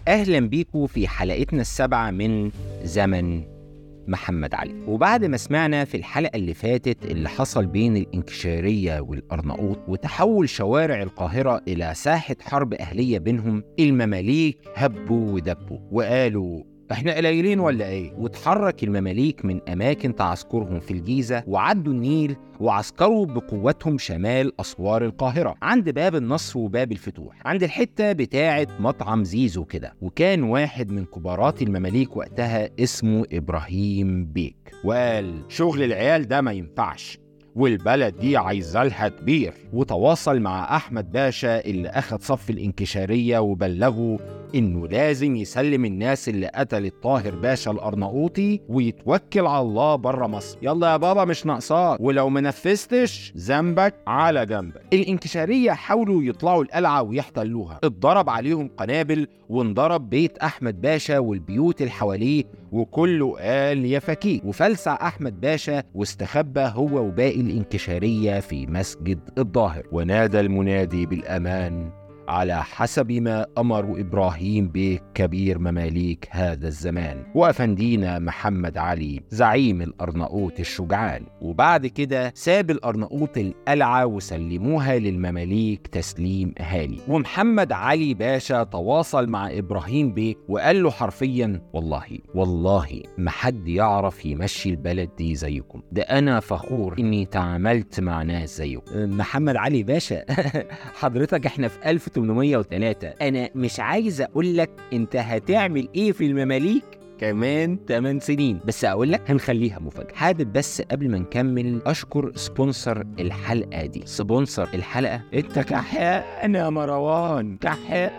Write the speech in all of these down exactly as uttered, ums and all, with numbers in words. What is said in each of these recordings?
أهلا بيكم في حلقتنا السابعة من زمن محمد علي. وبعد ما سمعنا في الحلقة اللي فاتت اللي حصل بين الإنكشارية والأرناؤوط وتحول شوارع القاهرة إلى ساحة حرب أهلية بينهم، المماليك هبوا ودبوا وقالوا احنا قليلين ولا ايه؟ وتحرك المماليك من اماكن تعسكرهم في الجيزة وعدوا النيل وعسكروا بقوتهم شمال اسوار القاهرة عند باب النصر وباب الفتوح، عند الحتة بتاعة مطعم زيزو كده. وكان واحد من كبارات المماليك وقتها اسمه ابراهيم بيك، وقال شغل العيال ده ما ينفعش والبلد دي عايزة لها كبير. وتواصل مع أحمد باشا اللي أخذ صف الإنكشارية وبلغه إنه لازم يسلم الناس اللي قتلت طاهر باشا الأرناؤوطي ويتوكل على الله بره مصر. يلا يا بابا مش ناقصاك، ولو منفذتش ذنبك على جنبك. الإنكشارية حاولوا يطلعوا القلعة ويحتلوها، اتضرب عليهم قنابل وانضرب بيت أحمد باشا والبيوت اللي حواليه وكله قال يا فكيه. وفلسع أحمد باشا واستخبى هو وباقي الإنكشارية في مسجد الظاهر، ونادى المنادي بالأمان على حسب ما أمر إبراهيم بيك كبير مماليك هذا الزمان وأفندينا محمد علي زعيم الأرناؤوط الشجعان. وبعد كده ساب الأرناؤوط القلعة وسلموها للمماليك تسليم أهالي. ومحمد علي باشا تواصل مع إبراهيم بيك وقال له حرفيا والله والله ما حد يعرف يمشي البلد دي زيكم، ده أنا فخور إني تعاملت مع ناس زيكم. محمد علي باشا حضرتك احنا في ألف وثمانمائة وثلاثة، أنا مش عايز أقولك أنت هتعمل إيه في المماليك كمان ثمان سنين، بس أقول لك هنخليها مفاجأة. حابب بس قبل ما نكمل أشكر سبونسر الحلقة دي. سبونسر الحلقة أنت كحيان يا مروان، كحيان،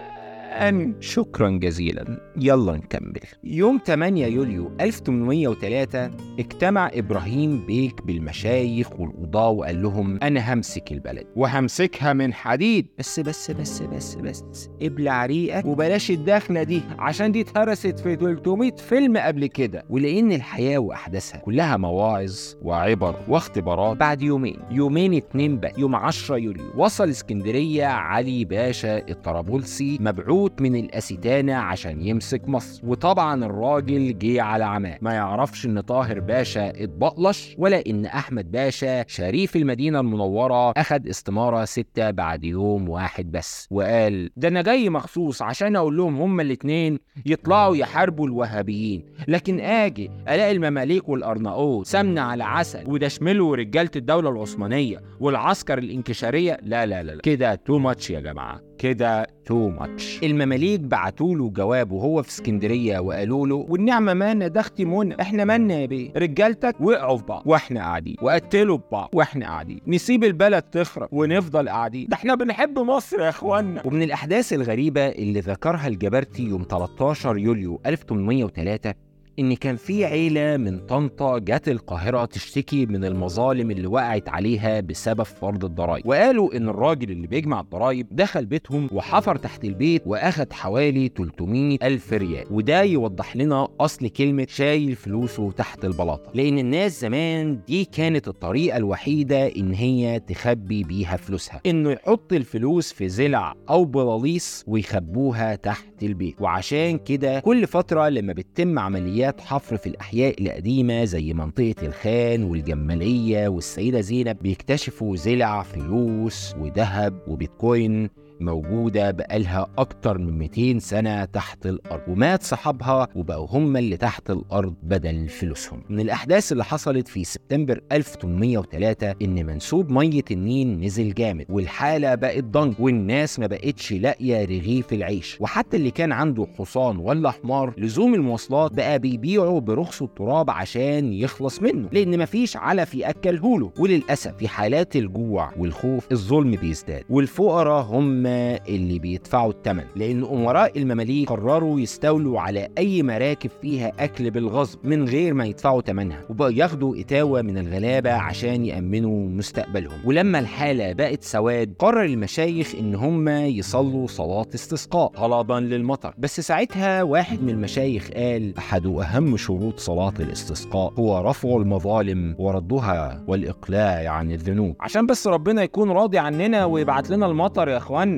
شكرا جزيلا. يلا نكمل. يوم ثمانية يوليو ألف وثمانمائة وثلاثة اجتمع إبراهيم بيك بالمشايخ والقضاة وقال لهم أنا همسك البلد وهمسكها من حديد، بس بس بس بس بس ابلع ريقك وبلاش الدخنة دي عشان دي اتهرست في ثلاثمائة فيلم قبل كده. ولأن الحياة وأحداثها كلها مواعظ وعبر واختبارات، بعد يومين يومين اتنين بقى يوم عشرة يوليو وصل اسكندرية علي باشا الطرابلسي مبعوث من الأستانة عشان يمسك مصر. وطبعا الراجل جه على عماه، ما يعرفش ان طاهر باشا اتبقلش ولا ان احمد باشا شريف المدينة المنورة اخد استمارة ستة بعد يوم واحد بس. وقال ده انا جاي مخصوص عشان اقول لهم هما الاتنين يطلعوا يحاربوا الوهابيين، لكن اجي الاقي المماليك والارناؤوط سمنة على عسل وده شملوا رجالة الدولة العثمانية والعسكر الانكشارية. لا لا لا, لا. كده تو ماتش يا جماعة، كده تو ماتش. المماليك بعتوا له جواب وهو في اسكندريه وقالوا له والنعمه مالنا ده اختمونا، احنا مالنا يا بيه، رجالتك وقعوا في بعض واحنا قاعدين وقتلوا ببعض واحنا قاعدين، نسيب البلد تخرب ونفضل قاعدين؟ ده احنا بنحب مصر يا اخوانا. ومن الاحداث الغريبه اللي ذكرها الجبرتي يوم ثلاثة عشر يوليو ألف وثمانمائة وثلاثة إن كان في عيلة من طنطا جات القاهرة تشتكي من المظالم اللي وقعت عليها بسبب فرض الضرائب، وقالوا إن الراجل اللي بيجمع الضرائب دخل بيتهم وحفر تحت البيت وأخد حوالي ثلاثمائة ألف ريال. وده يوضح لنا أصل كلمة شايل فلوسه تحت البلاطة، لأن الناس زمان دي كانت الطريقة الوحيدة إن هي تخبي بيها فلوسها، إنه يحط الفلوس في زلع أو بلاليص ويخبوها تحت البيت. وعشان كده كل فترة لما بتتم عمليات حفر في الأحياء القديمة زي منطقة الخان والجمالية والسيدة زينب بيكتشفوا زلع فلوس وذهب وبيتكوين موجودة بقالها أكتر من مئتين سنة تحت الأرض، ومات صحابها وبقوا هم اللي تحت الأرض بدل فلوسهم. من الأحداث اللي حصلت في سبتمبر ألف وثمانمائة وثلاثة إن منسوب مية النيل نزل جامد والحالة بقت ضنك والناس ما بقتش لاقية رغيف العيش، وحتى اللي كان عنده حصان ولا حمار لزوم المواصلات بقى بيبيعوا برخص التراب عشان يخلص منه لأن مفيش علف يأكلهوله. وللأسف في حالات الجوع والخوف الظلم بيزداد والفقراء هم اللي بيدفعوا الثمن، لأن أمراء المماليك قرروا يستولوا على أي مراكب فيها أكل بالغصب من غير ما يدفعوا ثمنها، وبقوا ياخدوا إتاوة من الغلابة عشان يأمنوا مستقبلهم. ولما الحالة بقت سواد قرر المشايخ إن هم يصلوا صلاة استسقاء طلبا للمطر. بس ساعتها واحد من المشايخ قال أحد أهم شروط صلاة الاستسقاء هو رفع المظالم وردها والإقلاع عن الذنوب، عشان بس ربنا يكون راضي عننا ويبعت لنا المطر يا أخوانا.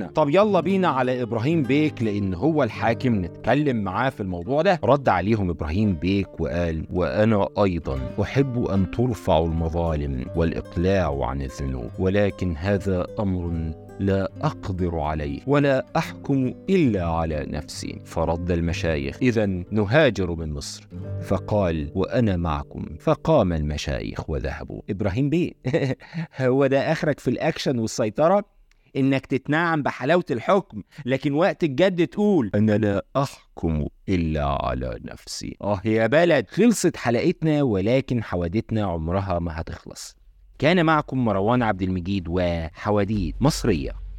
استنى، طب يلا بينا على إبراهيم بيك لأن هو الحاكم، نتكلم معاه في الموضوع ده. رد عليهم إبراهيم بيك وقال: وأنا أيضا أحب أن ترفع المظالم والإقلاع عن الذنوب، ولكن هذا أمر لا أقدر عليه ولا أحكم إلا على نفسي. فرد المشايخ: إذن نهاجر من مصر. فقال: وأنا معكم. فقام المشايخ وذهبوا. إبراهيم بيه هو ده آخرك في الأكشن والسيطرة؟ إنك تتنعم بحلاوة الحكم لكن وقت الجد تقول أنا لا أحكم إلا على نفسي. آه يا بلد، خلصت حلقتنا ولكن حوادثنا عمرها ما هتخلص. كان معكم مروان عبد المجيد وحواديت مصرية.